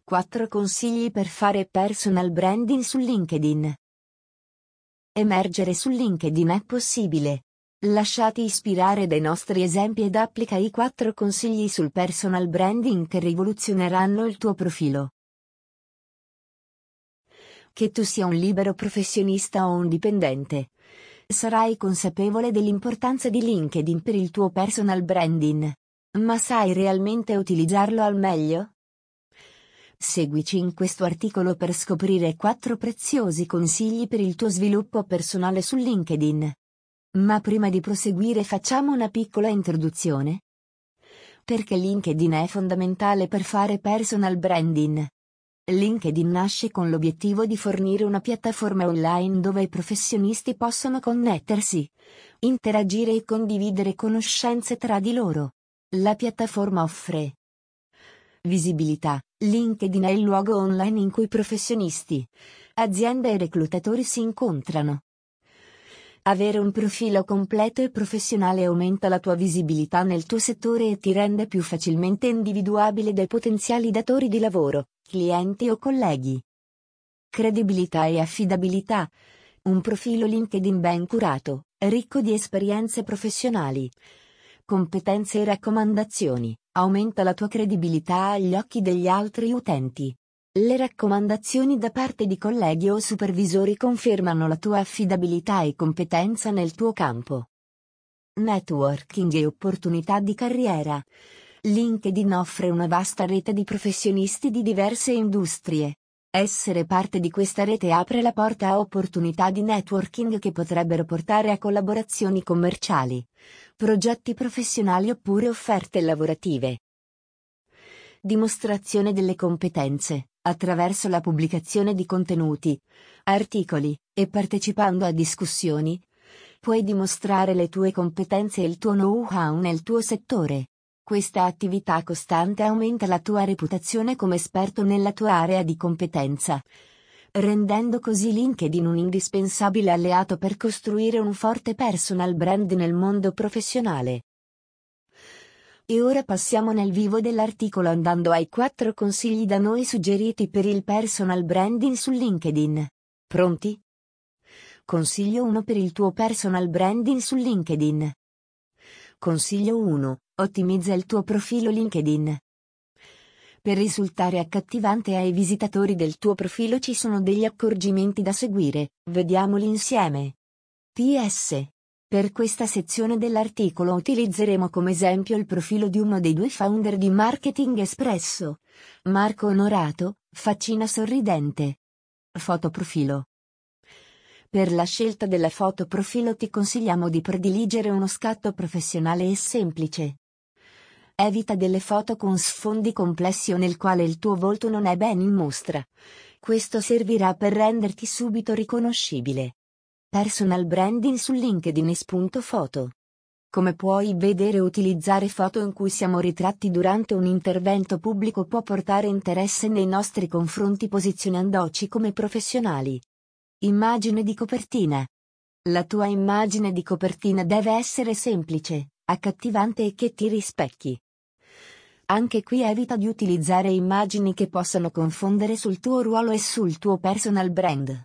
4 consigli per fare personal branding su LinkedIn. Emergere su LinkedIn è possibile. Lasciati ispirare dai nostri esempi ed applica i 4 consigli sul personal branding che rivoluzioneranno il tuo profilo. Che tu sia un libero professionista o un dipendente, sarai consapevole dell'importanza di LinkedIn per il tuo personal branding. Ma sai realmente utilizzarlo al meglio? Seguici in questo articolo per scoprire 4 preziosi consigli per il tuo sviluppo personale su LinkedIn. Ma prima di proseguire facciamo una piccola introduzione. Perché LinkedIn è fondamentale per fare personal branding? LinkedIn nasce con l'obiettivo di fornire una piattaforma online dove i professionisti possono connettersi, interagire e condividere conoscenze tra di loro. La piattaforma offre visibilità. LinkedIn è il luogo online in cui professionisti, aziende e reclutatori si incontrano. Avere un profilo completo e professionale aumenta la tua visibilità nel tuo settore e ti rende più facilmente individuabile dai potenziali datori di lavoro, clienti o colleghi. Credibilità e affidabilità. Un profilo LinkedIn ben curato, ricco di esperienze professionali, competenze e raccomandazioni, aumenta la tua credibilità agli occhi degli altri utenti. Le raccomandazioni da parte di colleghi o supervisori confermano la tua affidabilità e competenza nel tuo campo. Networking e opportunità di carriera. LinkedIn offre una vasta rete di professionisti di diverse industrie. Essere parte di questa rete apre la porta a opportunità di networking che potrebbero portare a collaborazioni commerciali, progetti professionali oppure offerte lavorative. Dimostrazione delle competenze, attraverso la pubblicazione di contenuti, articoli, e partecipando a discussioni, puoi dimostrare le tue competenze e il tuo know-how nel tuo settore. Questa attività costante aumenta la tua reputazione come esperto nella tua area di competenza, rendendo così LinkedIn un indispensabile alleato per costruire un forte personal brand nel mondo professionale. E ora passiamo nel vivo dell'articolo andando ai 4 consigli da noi suggeriti per il personal branding su LinkedIn. Pronti? Consiglio 1 per il tuo personal branding su LinkedIn. Consiglio 1. Ottimizza il tuo profilo LinkedIn. Per risultare accattivante ai visitatori del tuo profilo ci sono degli accorgimenti da seguire, vediamoli insieme. PS. Per questa sezione dell'articolo utilizzeremo come esempio il profilo di uno dei 2 founder di Marketing Espresso, Marco Onorato, faccina sorridente. Foto profilo. Per la scelta della foto profilo ti consigliamo di prediligere uno scatto professionale e semplice. Evita delle foto con sfondi complessi o nel quale il tuo volto non è ben in mostra. Questo servirà per renderti subito riconoscibile. Personal branding su LinkedIn e spunto foto. Come puoi vedere, utilizzare foto in cui siamo ritratti durante un intervento pubblico può portare interesse nei nostri confronti posizionandoci come professionali. Immagine di copertina. La tua immagine di copertina deve essere semplice, accattivante e che ti rispecchi. Anche qui evita di utilizzare immagini che possano confondere sul tuo ruolo e sul tuo personal brand.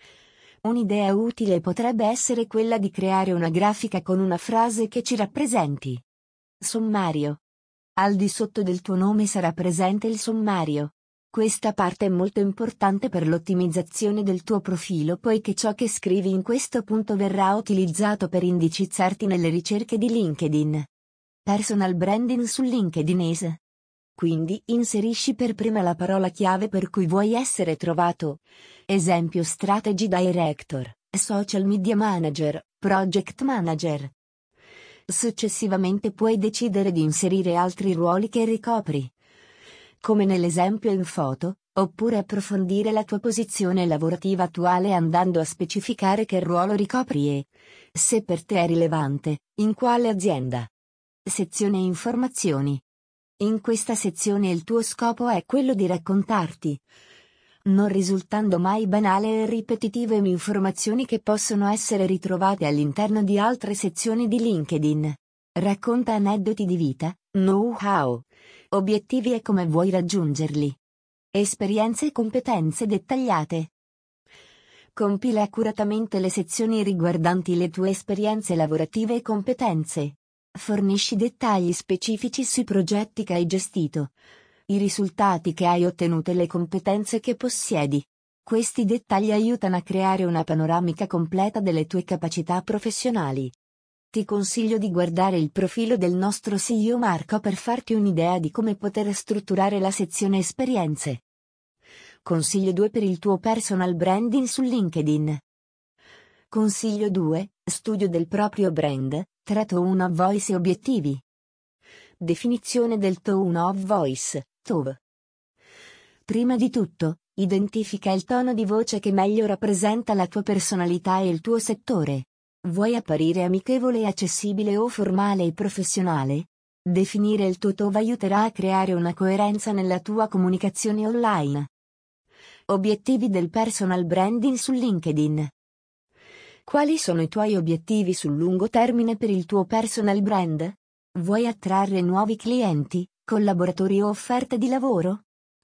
Un'idea utile potrebbe essere quella di creare una grafica con una frase che ci rappresenti. Sommario. Al di sotto del tuo nome sarà presente il sommario. Questa parte è molto importante per l'ottimizzazione del tuo profilo poiché ciò che scrivi in questo punto verrà utilizzato per indicizzarti nelle ricerche di LinkedIn. Personal branding su LinkedIn. Quindi inserisci per prima la parola chiave per cui vuoi essere trovato. Esempio: Strategy Director, Social Media Manager, Project Manager. Successivamente puoi decidere di inserire altri ruoli che ricopri, come nell'esempio in foto, oppure approfondire la tua posizione lavorativa attuale andando a specificare che ruolo ricopri e, se per te è rilevante, in quale azienda. Sezione Informazioni. In questa sezione il tuo scopo è quello di raccontarti, non risultando mai banale e ripetitive informazioni che possono essere ritrovate all'interno di altre sezioni di LinkedIn. Racconta aneddoti di vita, know-how, obiettivi e come vuoi raggiungerli. Esperienze e competenze dettagliate. Compila accuratamente le sezioni riguardanti le tue esperienze lavorative e competenze. Fornisci dettagli specifici sui progetti che hai gestito, i risultati che hai ottenuto e le competenze che possiedi. Questi dettagli aiutano a creare una panoramica completa delle tue capacità professionali. Ti consiglio di guardare il profilo del nostro CEO Marco per farti un'idea di come poter strutturare la sezione esperienze. Consiglio 2 per il tuo personal branding su LinkedIn. Consiglio 2, studio del proprio brand, tone of voice e obiettivi. Definizione del tone of voice, TOV. Prima di tutto, identifica il tono di voce che meglio rappresenta la tua personalità e il tuo settore. Vuoi apparire amichevole e accessibile o formale e professionale? Definire il tuo TOV aiuterà a creare una coerenza nella tua comunicazione online. Obiettivi del personal branding su LinkedIn. Quali sono i tuoi obiettivi sul lungo termine per il tuo personal brand? Vuoi attrarre nuovi clienti, collaboratori o offerte di lavoro?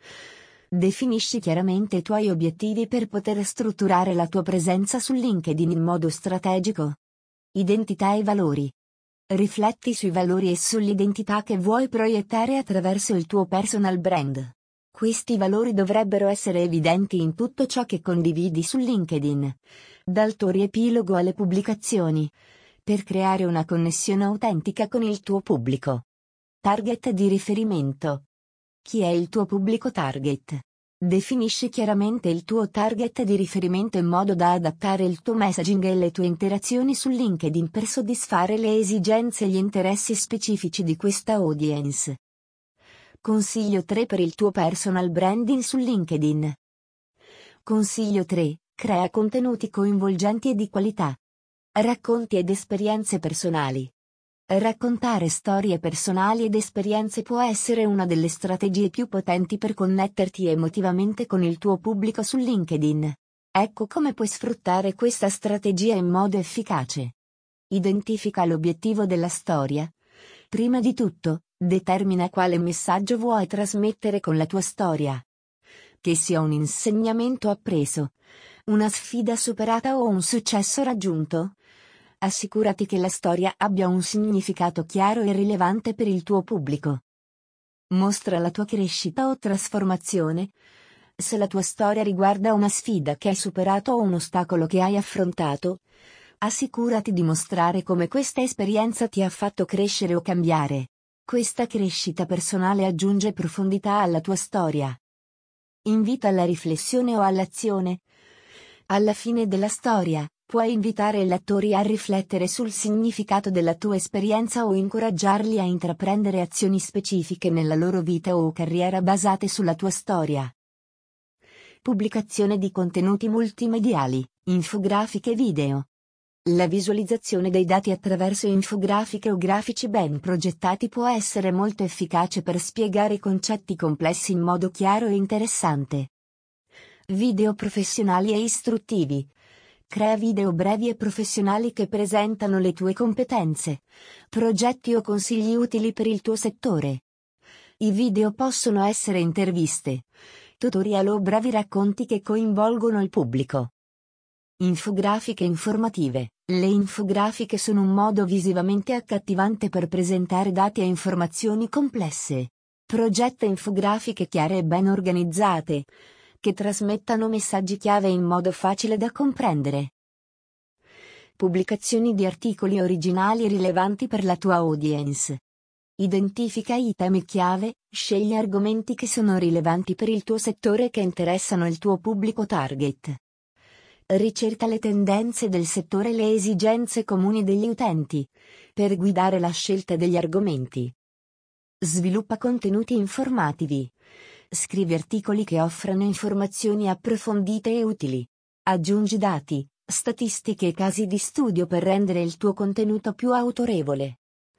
Definisci chiaramente i tuoi obiettivi per poter strutturare la tua presenza su LinkedIn in modo strategico. Identità e valori. Rifletti sui valori e sull'identità che vuoi proiettare attraverso il tuo personal brand. Questi valori dovrebbero essere evidenti in tutto ciò che condividi su LinkedIn, dal tuo riepilogo alle pubblicazioni, per creare una connessione autentica con il tuo pubblico. Target di riferimento. Chi è il tuo pubblico target? Definisci chiaramente il tuo target di riferimento in modo da adattare il tuo messaging e le tue interazioni su LinkedIn per soddisfare le esigenze e gli interessi specifici di questa audience. Consiglio 3 per il tuo personal branding su LinkedIn. Consiglio 3. Crea contenuti coinvolgenti e di qualità. Racconti ed esperienze personali. Raccontare storie personali ed esperienze può essere una delle strategie più potenti per connetterti emotivamente con il tuo pubblico su LinkedIn. Ecco come puoi sfruttare questa strategia in modo efficace. Identifica l'obiettivo della storia. Prima di tutto, determina quale messaggio vuoi trasmettere con la tua storia. Che sia un insegnamento appreso, una sfida superata o un successo raggiunto. Assicurati che la storia abbia un significato chiaro e rilevante per il tuo pubblico. Mostra la tua crescita o trasformazione. Se la tua storia riguarda una sfida che hai superato o un ostacolo che hai affrontato, assicurati di mostrare come questa esperienza ti ha fatto crescere o cambiare. Questa crescita personale aggiunge profondità alla tua storia. Invita alla riflessione o all'azione. Alla fine della storia, puoi invitare i lettori a riflettere sul significato della tua esperienza o incoraggiarli a intraprendere azioni specifiche nella loro vita o carriera basate sulla tua storia. Pubblicazione di contenuti multimediali, infografiche e video. La visualizzazione dei dati attraverso infografiche o grafici ben progettati può essere molto efficace per spiegare concetti complessi in modo chiaro e interessante. Video professionali e istruttivi. Crea video brevi e professionali che presentano le tue competenze, progetti o consigli utili per il tuo settore. I video possono essere interviste, tutorial o brevi racconti che coinvolgono il pubblico. Infografiche informative. Le infografiche sono un modo visivamente accattivante per presentare dati e informazioni complesse. Progetta infografiche chiare e ben organizzate, che trasmettano messaggi chiave in modo facile da comprendere. Pubblicazioni di articoli originali rilevanti per la tua audience. Identifica i temi chiave, scegli argomenti che sono rilevanti per il tuo settore e che interessano il tuo pubblico target. Ricerca le tendenze del settore e le esigenze comuni degli utenti, per guidare la scelta degli argomenti. Sviluppa contenuti informativi. Scrivi articoli che offrano informazioni approfondite e utili. Aggiungi dati, statistiche e casi di studio per rendere il tuo contenuto più autorevole.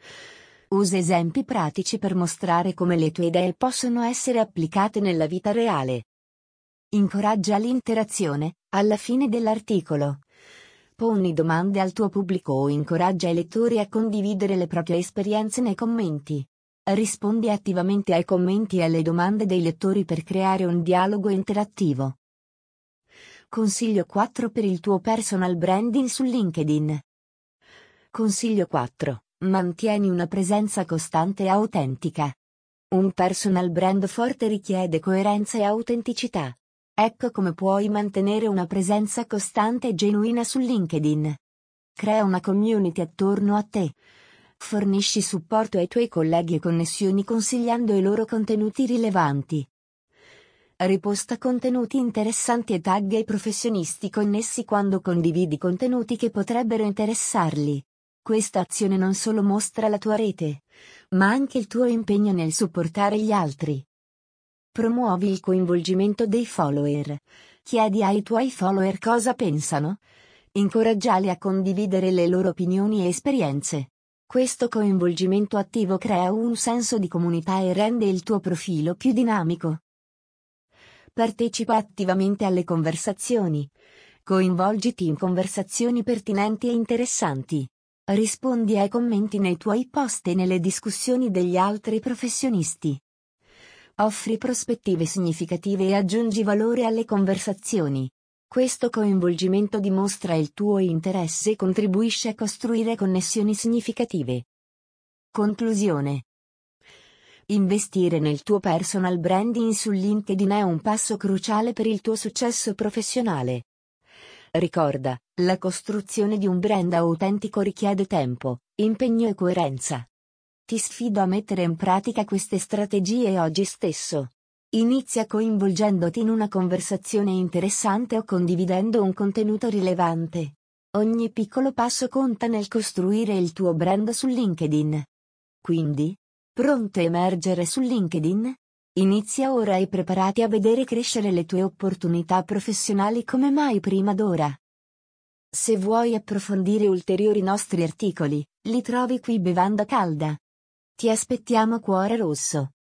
Usa esempi pratici per mostrare come le tue idee possono essere applicate nella vita reale. Incoraggia l'interazione. Alla fine dell'articolo, poni domande al tuo pubblico o incoraggia i lettori a condividere le proprie esperienze nei commenti. Rispondi attivamente ai commenti e alle domande dei lettori per creare un dialogo interattivo. Consiglio 4 per il tuo personal branding su LinkedIn. Consiglio 4. Mantieni una presenza costante e autentica. Un personal brand forte richiede coerenza e autenticità. Ecco come puoi mantenere una presenza costante e genuina su LinkedIn. Crea una community attorno a te. Fornisci supporto ai tuoi colleghi e connessioni consigliando i loro contenuti rilevanti. Riposta contenuti interessanti e tagga i professionisti connessi quando condividi contenuti che potrebbero interessarli. Questa azione non solo mostra la tua rete, ma anche il tuo impegno nel supportare gli altri. Promuovi il coinvolgimento dei follower. Chiedi ai tuoi follower cosa pensano. Incoraggiali a condividere le loro opinioni e esperienze. Questo coinvolgimento attivo crea un senso di comunità e rende il tuo profilo più dinamico. Partecipa attivamente alle conversazioni. Coinvolgiti in conversazioni pertinenti e interessanti. Rispondi ai commenti nei tuoi post e nelle discussioni degli altri professionisti. Offri prospettive significative e aggiungi valore alle conversazioni. Questo coinvolgimento dimostra il tuo interesse e contribuisce a costruire connessioni significative. Conclusione. Investire nel tuo personal branding su LinkedIn è un passo cruciale per il tuo successo professionale. Ricorda, la costruzione di un brand autentico richiede tempo, impegno e coerenza. Ti sfido a mettere in pratica queste strategie oggi stesso. Inizia coinvolgendoti in una conversazione interessante o condividendo un contenuto rilevante. Ogni piccolo passo conta nel costruire il tuo brand su LinkedIn. Quindi, pronto a emergere su LinkedIn? Inizia ora e preparati a vedere crescere le tue opportunità professionali come mai prima d'ora. Se vuoi approfondire ulteriori nostri articoli, li trovi qui Bevanda Calda. Ti aspettiamo, cuore rosso.